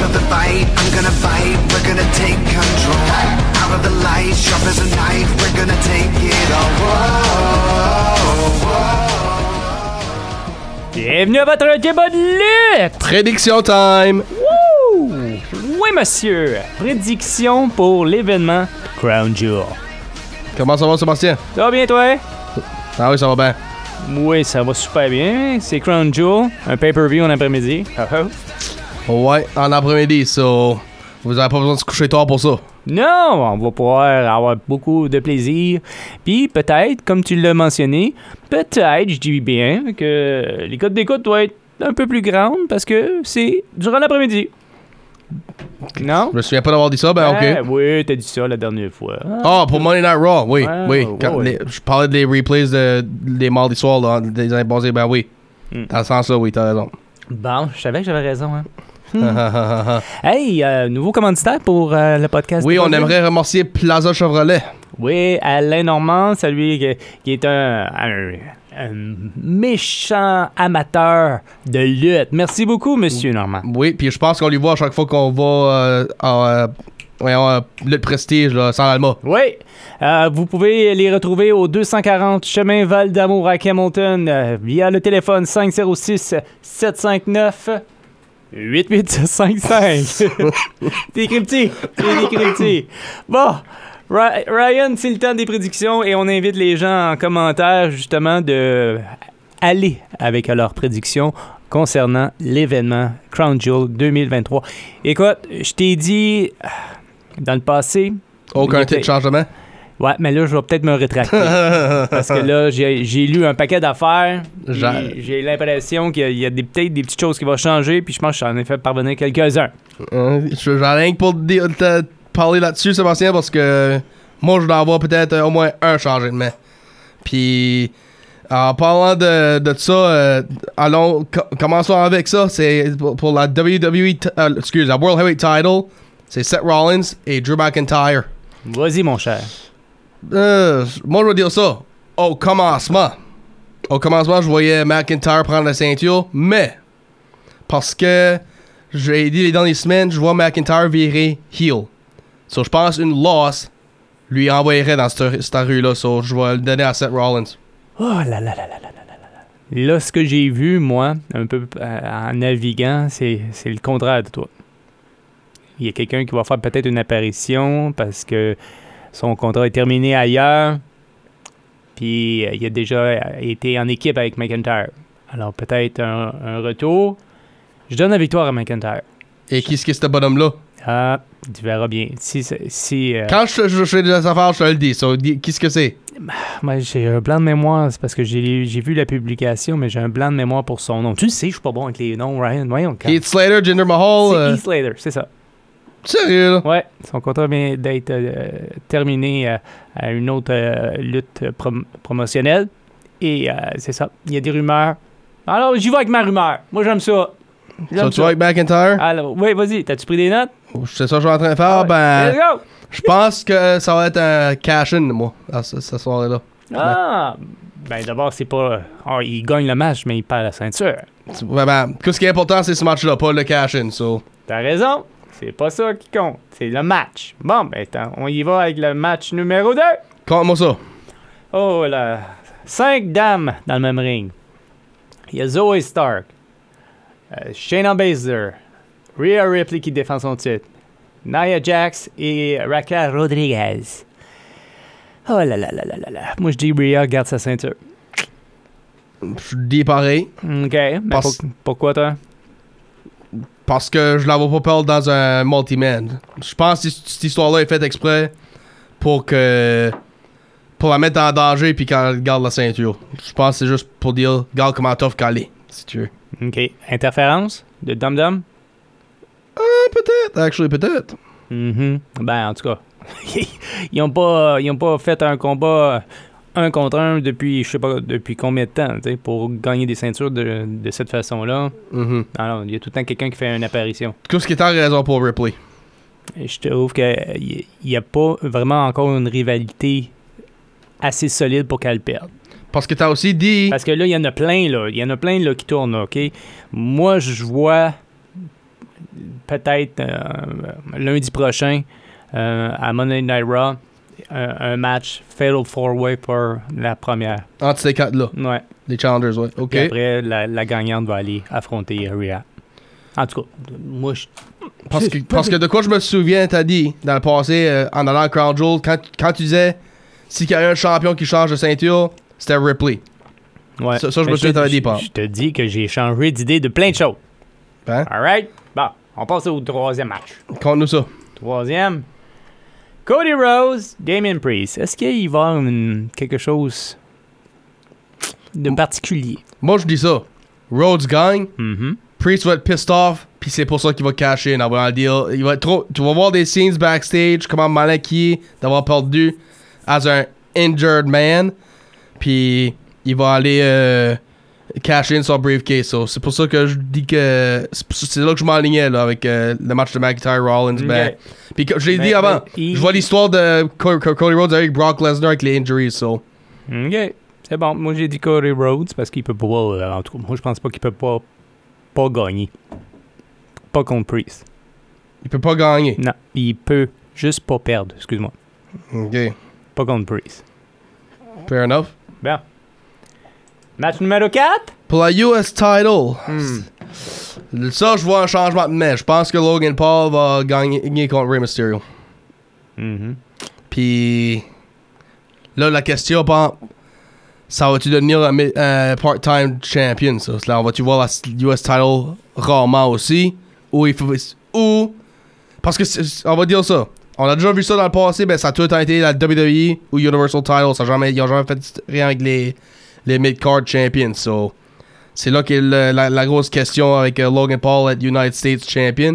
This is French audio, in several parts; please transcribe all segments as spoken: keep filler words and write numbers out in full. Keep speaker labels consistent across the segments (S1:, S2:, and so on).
S1: of the fight, I'm gonna fight, we're gonna take control. Out of the light, sharp as a knife, we're gonna take it all. Whoa, whoa.
S2: Bienvenue à votre débat de lutte!
S3: Prédiction time!
S2: Wouh! Oui, monsieur! Prédiction pour l'événement Crown Jewel.
S3: Comment ça va, Sébastien?
S2: Ça va bien, toi?
S3: Ah oui, ça va bien.
S2: Oui, ça va super bien. C'est Crown Jewel, un pay-per-view en après-midi. Oh-oh.
S3: Ouais, en après-midi, so... Vous avez pas besoin de se coucher tard pour ça.
S2: Non, on va pouvoir avoir beaucoup de plaisir. Puis peut-être, comme tu l'as mentionné, peut-être, je dis bien, que les codes d'écoute doivent être un peu plus grandes parce que c'est durant l'après-midi. Non?
S3: Je me souviens pas d'avoir dit ça, ben
S2: Ah,
S3: ok.
S2: oui, t'as dit ça la dernière fois.
S3: Ah, oh, pour Monday Night Raw, oui,
S2: Ouais,
S3: oui.
S2: ouais,
S3: Quand
S2: ouais.
S3: les- je parlais des replays de, des mardis soirs, là, des années passées, ben oui.
S2: Hmm.
S3: Dans le sens ça, oui, t'as raison.
S2: Bon, je savais que j'avais raison, hein. Hey, euh, nouveau commanditaire pour euh, le podcast.
S3: Oui,
S2: des
S3: on
S2: Podcasts.
S3: aimerait remercier Plaza Chevrolet.
S2: Oui, Alain Normand, celui qui, qui est un, un, un méchant amateur de lutte. Merci beaucoup, Monsieur Normand.
S3: Oui, puis je pense qu'on lui voit à chaque fois qu'on va euh, à euh, voyons, euh, Lutte Prestige, là, sans Alma.
S2: Oui, euh, vous pouvez les retrouver au deux cent quarante chemin Val d'Amour à Hamilton euh, via le téléphone cinq zéro six sept cinq neuf huit huit cinq cinq. T'es écrit petit, t'es écrit petit. Bon, Ry- Ryan, c'est le temps des prédictions et on invite les gens en commentaire justement de aller avec leurs prédictions concernant l'événement Crown Jewel deux mille vingt-trois. Écoute, je t'ai dit dans le passé...
S3: Aucun
S2: il était-
S3: titre changement.
S2: Ouais, mais là, je vais peut-être me rétracter. Parce que là, j'ai, j'ai lu un paquet d'affaires. puis
S3: J'ai-
S2: J'ai l'impression qu'il y a, il y a des, peut-être des petites choses qui vont changer. Puis je pense que j'en ai fait parvenir quelques-uns.
S3: Euh, je- J'en ai rien que pour te, te parler là-dessus, Sébastien, parce que moi, je dois avoir peut-être euh, au moins un changement. Puis, en parlant de, de ça, euh, allons, co- commençons avec ça. C'est pour, pour la W W E, t- euh, excuse, la World Heavyweight Title, c'est Seth Rollins et Drew McIntyre.
S2: Vas-y, mon cher.
S3: Euh, moi, je vais dire ça. Au commencement. Au commencement, je voyais McIntyre prendre la ceinture, mais parce que j'ai dit les dernières semaines, je vois McIntyre virer heel. So, je pense une loss lui envoyerait dans cette, cette rue-là. So, je vais le donner à Seth Rollins.
S2: Oh là là là là là là là là. Là, ce que j'ai vu, moi, un peu euh, en naviguant, c'est, c'est le contraire de toi. Il y a quelqu'un qui va faire peut-être une apparition parce que son contrat est terminé ailleurs. Puis euh, il a déjà euh, été en équipe avec McIntyre. Alors peut-être un, un retour. Je donne la victoire à McIntyre.
S3: Et qui est-ce que c'est ce bonhomme-là?
S2: Ah, tu verras bien. Si, si, euh,
S3: Quand je, je, je fais des affaires, je te le dis. So, dis- qu'est-ce que c'est?
S2: moi, j'ai un blanc de mémoire, c'est parce que j'ai, j'ai vu la publication, mais j'ai un blanc de mémoire pour son nom. Tu le sais, je suis pas bon avec les noms, Ryan. Voyons. quand-
S3: Heath Slater, Jinder Mahal.
S2: C'est
S3: euh,
S2: Heath Slater, c'est ça.
S3: Sérieux, là?
S2: Ouais, son contrat vient d'être euh, terminé euh, à une autre euh, lutte prom- promotionnelle. Et euh, c'est ça, il y a des rumeurs. Alors, j'y vais avec ma rumeur. Moi, j'aime ça. J'aime
S3: So, tu vois avec McIntyre?
S2: Alors, oui, vas-y, t'as-tu pris des notes?
S3: C'est ça que je suis en train de faire.
S2: Ah,
S3: ben,
S2: let's go!
S3: je pense que ça va être un cash-in, moi, à ce, ce soir-là.
S2: Ah! Ben, d'abord, c'est pas... Oh, il gagne le match, mais il perd la ceinture.
S3: Ouais, ben, ce qui est important, c'est ce match-là, pas le cash-in. So.
S2: T'as raison. C'est pas ça qui compte. C'est le match. Bon, ben, attends, on y va avec le match numéro deux.
S3: Compte-moi ça.
S2: Oh là, cinq dames dans le même ring. Il y a Zoe Stark, euh, Shayna Baszler, Rhea Ripley qui défend son titre, Nia Jax et Raquel Rodriguez. Oh là là là là là là. Moi je dis Rhea garde sa ceinture.
S3: Je dis pareil.
S2: Ok, mais
S3: Parce-
S2: pour- pourquoi toi?
S3: Parce que je la vois pas perdre dans un multi-man. Je pense que cette histoire-là est faite exprès pour que. Pour la mettre en danger puis qu'elle garde la ceinture. Je pense que c'est juste pour dire, regarde comment tough qu'elle est, si tu veux.
S2: Ok, interférence de Dum Dum?
S3: Ah, peut-être, actually, peut-être.
S2: Mhm. Ben, en tout cas, ils ont pas, ils ont pas fait un combat un contre un depuis, je sais pas, depuis combien de temps, tu sais, pour gagner des ceintures de, de cette façon-là.
S3: Mhm.
S2: Alors, il y a tout le temps quelqu'un qui fait une apparition.
S3: Tout ce qui est en raison pour Ripley.
S2: Et je trouve qu'il n'y a pas vraiment encore une rivalité assez solide pour qu'elle perde.
S3: Parce que t'as aussi dit.
S2: Parce que là, il y en a plein, là. Il y en a plein, là, qui tournent, là, OK? Moi, je vois peut-être euh, lundi prochain euh, à Monday Night Raw, un, un match Fatal four-Way pour la première.
S3: Entre ces quatre-là.
S2: Ouais.
S3: Les Challengers, ouais. OK.
S2: Puis après, la, la gagnante va aller affronter Rhea. En tout cas, moi, je...
S3: Parce que, parce que de quoi je me souviens, t'as dit, dans le passé, euh, en allant à Crown Jewel, quand, quand tu disais, s'il y a un champion qui change de ceinture, c'était Ripley.
S2: Ouais.
S3: Ça, ça, je
S2: Mais
S3: me souviens,
S2: te-
S3: t'avais dit pas.
S2: Je te dis que j'ai changé d'idée de plein de choses.
S3: Hein?
S2: Alright? Bon, on passe au troisième match.
S3: Conte-nous ça.
S2: Troisième. Cody Rhodes, Damien Priest. Est-ce qu'il va y avoir une- quelque chose de particulier?
S3: Moi, je dis ça. Rhodes gagne,
S2: Mhm.
S3: Priest va être pissed off, puis c'est pour ça qu'il va cacher en envoyant le deal. Il va être trop, tu vas voir des scenes backstage, comment malin qu'il est d'avoir perdu as un injured man, puis il va aller euh, cash in son briefcase. So, c'est pour ça que je dis que c'est, c'est là que je m'enlignais là, avec euh, le match de McIntyre Rollins.
S2: Ok.
S3: Ben, puis que- je l'ai
S2: Mais-
S3: dit avant,
S2: mais il-
S3: je vois l'histoire de Co- Co- Cody Rhodes avec Brock Lesnar avec les injuries. So.
S2: OK. C'est bon. Moi, j'ai dit Cody Rhodes parce qu'il peut pas... euh, en tout cas, moi, je pense pas qu'il peut pas, pas gagner. Pas contre Priest.
S3: Il peut pas gagner.
S2: Non, il peut juste pas perdre. Excuse-moi.
S3: Ok,
S2: Pas contre Priest.
S3: fair enough.
S2: Bien. Match numéro quatre.
S3: Pour la U S title,
S2: Hmm.
S3: ça, je vois un changement de match. Je pense que Logan Paul va gagner, gagner contre Rey Mysterio.
S2: Mhm.
S3: Puis là, la question, par ça va-tu devenir un, mi- un part-time champion, ça? Là, on va-tu voir la U S title rarement aussi? Ou il faut... Ou... Parce que, c'est- on va dire ça. On a déjà vu ça dans le passé, ben ça a tout le temps été la W W E ou Universal title. Ça a jamais, ils n'ont jamais fait rien avec les, les mid-card champions. So, c'est là qu'est le- la, la grosse question avec euh, Logan Paul être United States champion.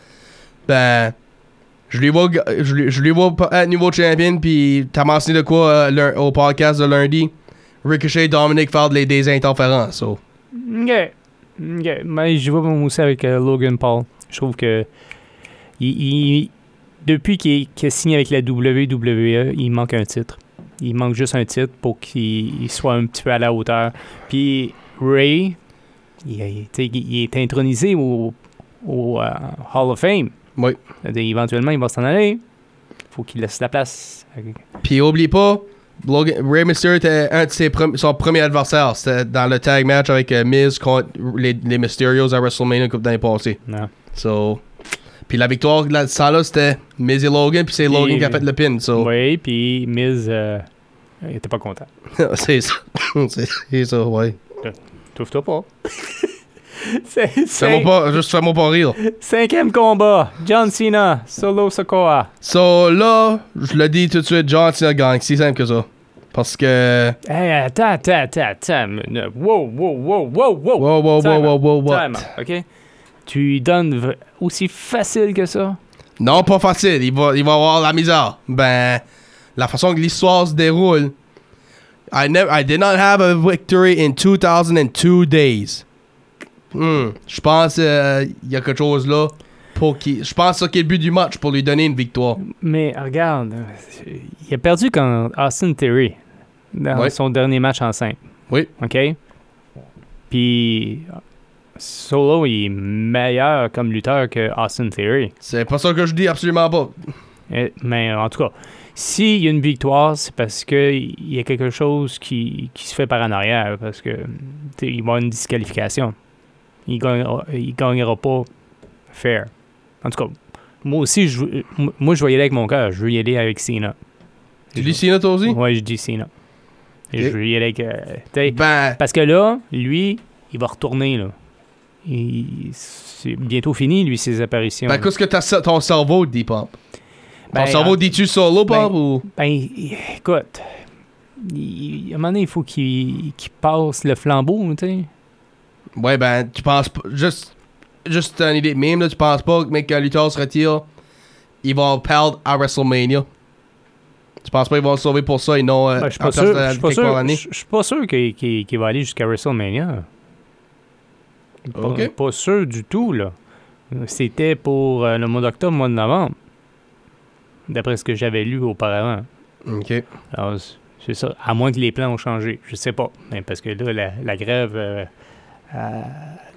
S3: Ben... Je lui vois, ga- je lui, je lui vois pas être nouveau champion, puis t'as mentionné de quoi euh, lun- au podcast de lundi? Ricochet et Dominic faire des, des interférences. So.
S2: OK. OK. Mais je vois moi aussi avec euh, Logan Paul. Je trouve que il, il- depuis qu'il, qu'il a signé avec la W W E, il manque un titre. Il manque juste un titre pour qu'il il soit un petit peu à la hauteur. Puis Ray, il, il- tu sais, il est intronisé au, au euh, Hall of Fame.
S3: Oui.
S2: C'est-à-dire, éventuellement, il va s'en aller. Faut qu'il laisse la place.
S3: Puis oublie pas, Logan, Rey Mysterio était un de ses prem- son premier adversaire. C'était dans le tag match avec euh, Miz contre les, les Mysterios à WrestleMania couple d'années passées.
S2: Non.
S3: So. Puis la victoire, là, ça là, c'était Miz et Logan, puis c'est
S2: Puis-
S3: Logan qui a fait le pin. So.
S2: Oui, puis Miz, euh, il était pas content.
S3: c'est ça. c'est, c'est ça, ouais.
S2: Trouve-toi pas. C'est,
S3: Fais-moi
S2: c'est
S3: pas, juste fais-moi pas rire.
S2: cinquième combat. John Cena, Solo Sikoa.
S3: So là, je le dis tout de suite, John Cena gagne. C'est simple que ça. Parce que.
S2: Hey, attends, attends, attends, attends. mais- Wow, wow, wow, wow, wow.
S3: Wow, wow,
S2: Time
S3: wow, wow, wow,
S2: out,
S3: what?
S2: time out, OK? Tu lui donnes v- aussi facile que ça?
S3: Non, pas facile. Il va, il va avoir la misère. Ben, la façon que l'histoire se déroule. I, never, I did not have a victory in two thousand two days. Hmm. Je pense qu'il y a quelque chose là. Pour qui, je pense que c'est le but du match pour lui donner une victoire.
S2: Mais regarde, euh, il a perdu contre Austin Theory dans
S3: Ouais.
S2: son dernier match en simple.
S3: Oui.
S2: OK? Puis Solo, il est meilleur comme lutteur que Austin Theory.
S3: C'est pas ça que je dis, absolument pas.
S2: Euh, Mais en tout cas, s'il y a une victoire, c'est parce qu'il y a quelque chose qui, qui se fait par en arrière. Parce que tu sais, il va y avoir une disqualification. Il gagnera, il gagnera pas fair. En tout cas, moi aussi, je, veux- moi, je vais y aller avec mon cœur. Je veux y aller avec Cena.
S3: Tu dis Cena toi aussi?
S2: Ouais, je dis Cena. Et
S3: Ok.
S2: je veux y aller avec... euh, tu sais,
S3: Ben,
S2: parce que là, lui, il va retourner, là. Il- c'est bientôt fini, lui, ses apparitions.
S3: ben qu'est-ce que ta- ton cerveau dit, Pop? Ton
S2: Ben,
S3: cerveau
S2: en-
S3: dit-tu solo, Pop,
S2: ben-
S3: ou?
S2: Ben, il- écoute, il- à un moment donné, il faut qu'il qu'il passe le flambeau, tu sais.
S3: Ouais, ben, tu penses pas. Juste, juste une idée de même, là, tu penses pas que mec, qu'un lutteur se retire, il va perdre à WrestleMania? Tu penses pas qu'ils vont le sauver pour ça et non euh,
S2: Ben, je suis
S3: en
S2: pas
S3: place
S2: sûr,
S3: de-
S2: je suis pas
S3: quelque part
S2: sûr,
S3: l'année?
S2: je- je suis pas sûr qu'il qu'il- qu'il va aller jusqu'à WrestleMania. Pas,
S3: Ok.
S2: pas sûr du tout, là. C'était pour euh, le mois d'octobre, mois de novembre. D'après ce que j'avais lu auparavant.
S3: Ok.
S2: Alors, c- c'est ça. À moins que les plans ont changé. Je sais pas. Mais parce que là, la, la grève euh, euh,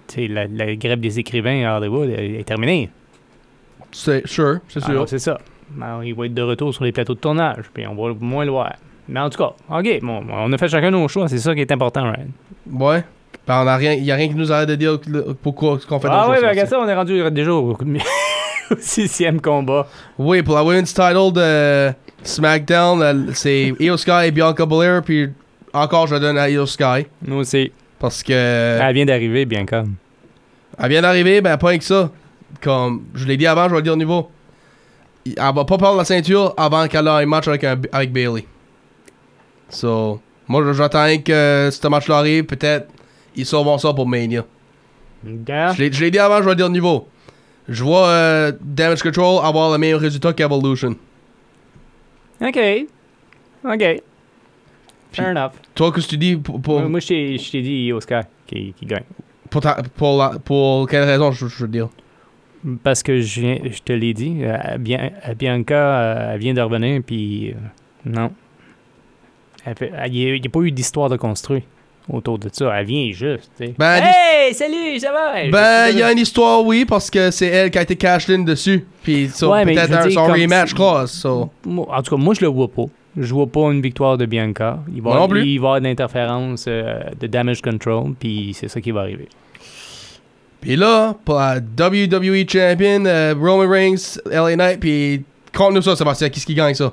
S2: tu sais, la, la grève des écrivains à Hollywood est, est terminée.
S3: C'est sure, c'est sûr.
S2: Alors, c'est ça. Alors, il va être de retour sur les plateaux de tournage, puis on va moins le voir. Mais en tout cas, OK, bon, on a fait chacun nos choix, c'est ça qui est important, Ryan.
S3: Ouais. Ben, on a rien, y a rien qui nous arrête de dire pourquoi qu'on fait
S2: Ah
S3: nos
S2: oui,
S3: choix.
S2: ben, regarde ça, on est rendu déjà au, au sixième combat.
S3: Oui, pour la Women's Title de SmackDown, euh, c'est Io Sky et Bianca Belair, puis encore je donne à Io Sky.
S2: Nous aussi.
S3: Parce que. Elle
S2: Elle vient d'arriver, bien comme.
S3: Elle vient d'arriver, ben pas que ça. Comme je l'ai dit avant, je vais le dire au niveau. Elle va pas perdre la ceinture avant qu'elle ait un match avec, un, avec Bayley. So, moi j'attends que ce match-là arrive, peut-être ils sauront ça pour Mania.
S2: Yeah.
S3: Je l'ai- je l'ai dit avant, je vais le dire au niveau. Je vois euh, Damage Control avoir le meilleur résultat qu'Evolution.
S2: OK. OK. Fair enough.
S3: Toi, qu'est-ce que tu dis pour, pour,
S2: Moi, moi, je t'ai je t'ai dit Oscar qui, qui gagne.
S3: pour, ta- pour, la- pour quelle raison je, je veux dire?
S2: Parce que je, viens- je te l'ai dit, euh, Bien- euh, Bianca, euh, elle vient de revenir, puis euh, non. Elle fait- Il n'y a, il y a pas eu d'histoire de construit autour de ça. Elle vient juste, tu sais.
S3: Ben,
S2: Hey, salut, ça va?
S3: Ben, il y a une histoire, oui, parce que c'est elle qui a été cashed in dessus. Puis, so,
S2: Ouais, mais
S3: peut-être
S2: je veux
S3: un-
S2: dire,
S3: son
S2: comme
S3: rematch
S2: si-
S3: clause. So.
S2: Moi- En tout cas, moi, je le vois pas. Je vois pas une victoire de Bianca. Il va,
S3: Moi non plus.
S2: il va y avoir d'interférence euh, de damage control, puis c'est ça qui va arriver.
S3: Puis là, pour la W W E Champion, euh, Roman Reigns, L A Knight, puis compte-nous ça, Sébastien, qui est-ce qui gagne ça?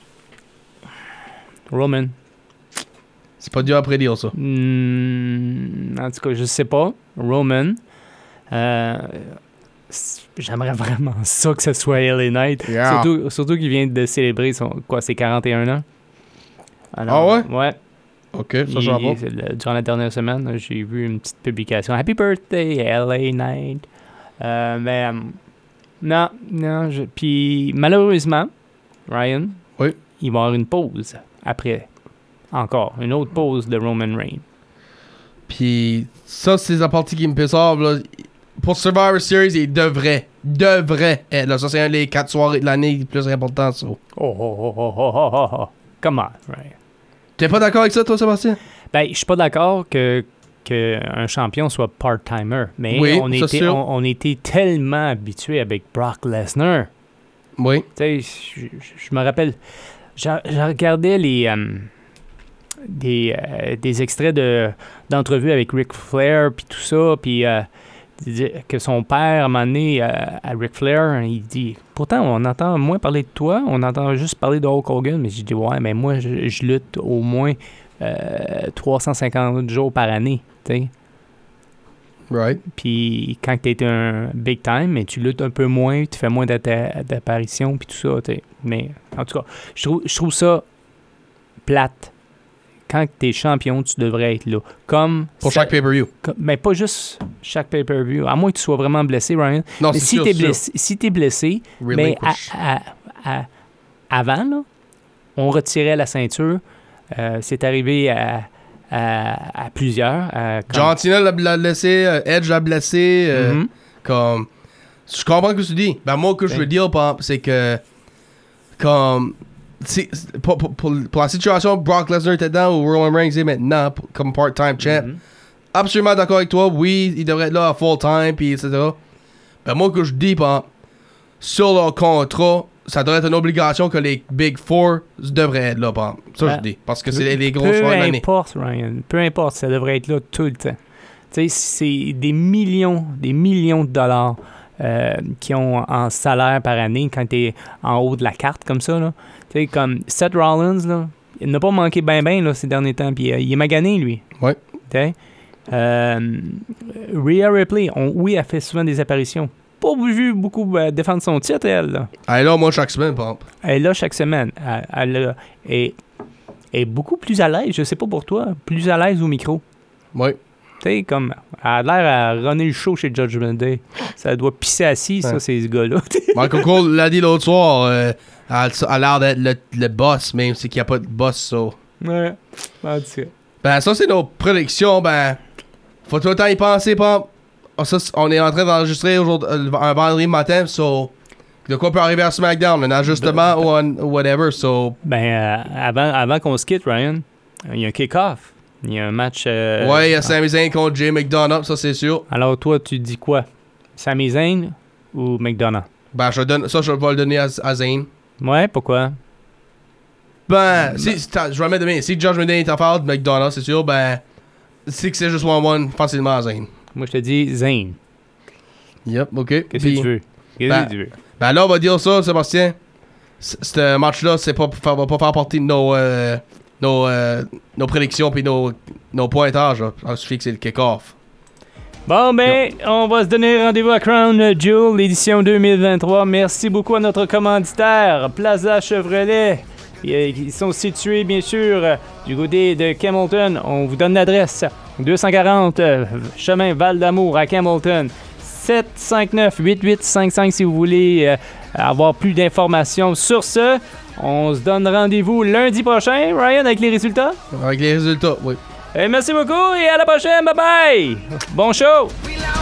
S2: Roman.
S3: C'est pas dur à prédire, ça.
S2: Hmm, en tout cas, je sais pas. Roman. Euh, c- J'aimerais vraiment ça que ce soit L A Knight.
S3: Yeah.
S2: Surtout, surtout qu'il vient de célébrer son, quoi, ses quarante et un ans.
S3: Ah ouais?
S2: Ouais.
S3: Ok, ça,
S2: Il-
S3: je vois pas.
S2: c'est le- durant la dernière semaine, là, j'ai vu une petite publication. Happy birthday, L A Knight. Euh, mais euh, non, non. je- Puis malheureusement, Ryan,
S3: Oui.
S2: il va y avoir une pause après. Encore, une autre pause de Roman Reigns.
S3: Puis ça, c'est la partie qui me fait ça. Là. Pour Survivor Series, il devrait, devrait être là. Ça, c'est un des quatre soirées de l'année les plus importantes. Ça.
S2: Oh, oh, oh, oh, oh, oh, oh, oh. Come on, Ryan.
S3: T'es pas d'accord avec ça, toi, Sébastien?
S2: Ben, je suis pas d'accord que qu'un champion soit part-timer, mais
S3: Oui,
S2: on,
S3: c'est
S2: était,
S3: sûr.
S2: on, on était tellement habitués avec Brock Lesnar.
S3: Oui.
S2: Tu sais, je, je- je me rappelle, je, je regardais les euh, des, euh, des extraits de d'entrevues avec Ric Flair puis tout ça, puis euh, il disait que son père, à un moment donné, euh, à Ric Flair, il dit « Pourtant, on entend moins parler de toi, on entend juste parler de Hulk Hogan. » Mais j'ai dit « Ouais, mais moi, je, je lutte au moins euh, trois cent cinquante jours par année, tu sais.
S3: Right.
S2: Puis quand tu es un big time, mais tu luttes un peu moins, tu fais moins d'atta- d'apparitions, puis tout ça, tu sais. Mais en tout cas, je trouve, je trouve ça plate. Quand tu es champion, tu devrais être là. Comme
S3: Pour
S2: ça-
S3: chaque pay-per-view.
S2: comme- mais pas juste chaque pay-per-view. À moins que tu sois vraiment blessé, Ryan.
S3: Non,
S2: mais
S3: c'est
S2: si
S3: sûr,
S2: tu es
S3: sûr.
S2: blessé, si t'es blessé, mais à-
S3: Relinquish.
S2: à- à- avant, là, on retirait la ceinture. Euh, c'est arrivé à, à- à plusieurs. à- quand-
S3: John Cena l'a l'a blessé, euh, Edge l'a blessé. euh,
S2: Mhm.
S3: Comme. Je comprends ce que tu dis. Ben, moi, ce que je veux
S2: Ok.
S3: dire, par exemple, c'est que. Comme. c'est- c'est- Pour, pour, pour, pour la situation que Brock Lesnar était dedans ou Roman Reigns est maintenant pour- comme part-time champ,
S2: Mhm.
S3: absolument d'accord avec toi. Oui, il devrait être là à full-time, puis et cetera. Ben, moi, ce que je dis, par exemple, sur leur contrat, ça devrait être une obligation que les Big Four devraient être là, par exemple. Ça,
S2: Ben,
S3: je dis. Parce que c'est les, les gros
S2: Peu
S3: soirs de l'année.
S2: importe, Ryan. Peu importe, ça devrait être là tout le temps. Tu sais, c'est des millions, des millions de dollars euh, qui ont en salaire par année quand tu es en haut de la carte comme ça. Là. Tu sais, comme Seth Rollins, là, il n'a pas manqué ben ben là, ces derniers temps. Puis euh, il est magané, lui.
S3: Ouais.
S2: Tu sais. Euh, Rhea Ripley, on- oui, elle fait souvent des apparitions. Pas vu beaucoup euh, défendre son titre, elle. Là.
S3: Elle est là, moi, chaque semaine, par exemple.
S2: Elle est là chaque semaine. Elle, elle, a- est, est beaucoup plus à l'aise, je sais pas pour toi, plus à l'aise au micro.
S3: Ouais.
S2: Tu sais, comme, elle a l'air à runner le show chez Judgment Day. Ça doit pisser assis, ça,
S3: Ouais.
S2: ces gars-là.
S3: Michael Cole l'a dit l'autre soir, euh, elle elle a l'air d'être le, le boss, même si qu'il n'y a pas de boss, so.
S2: ouais, en tout cas.
S3: Ben, ça, c'est nos prédictions, ben. Faut tout le temps y penser, pas. Ah, ça, c'est- on est en train d'enregistrer aujourd'hui, euh, un vendredi matin, so. De quoi peut arriver à SmackDown, un ajustement ou un whatever, so.
S2: Ben, euh, avant, avant qu'on se quitte, Ryan, il y a un kick-off Il y a un match... Euh,
S3: ouais, il y a Sami Zayn contre Jay McDonough, ça c'est sûr.
S2: Alors toi, tu dis quoi? Sami Zayn ou McDonough?
S3: Ben, je donne, ça, je vais le donner à, à Zayn.
S2: Ouais, pourquoi?
S3: Ben, si, si je vais le mettre demain. Si Josh McDonough est en face de McDonough, c'est sûr, ben, si c'est juste one-one, facilement à Zayn.
S2: Moi, je te dis Zayn.
S3: Yep, ok.
S2: Qu'est-ce
S3: Puis,
S2: que tu veux? Qu'est-ce
S3: ben,
S2: que tu veux?
S3: Ben là, on va dire ça, Sébastien. C- Ce match-là, c'est pas pour faire, va pas faire partie de nos, euh, nos, euh, nos prédictions puis nos, nos pointages. Là. Il suffit que c'est le kick-off.
S2: Bon, ben, on va se donner rendez-vous à Crown Jewel, l'édition deux mille vingt-trois. Merci beaucoup à notre commanditaire, Plaza Chevrolet. Ils sont situés, bien sûr, du côté de Campbellton. On vous donne l'adresse. deux cent quarante euh, chemin Val-d'Amour à Campbellton. sept cinq neuf huit huit cinq cinq si vous voulez euh, avoir plus d'informations sur ce. On se donne rendez-vous lundi prochain, Ryan, avec les résultats.
S3: Avec les résultats, oui.
S2: Et merci beaucoup et à la prochaine. Bye bye. Bon show.
S1: We love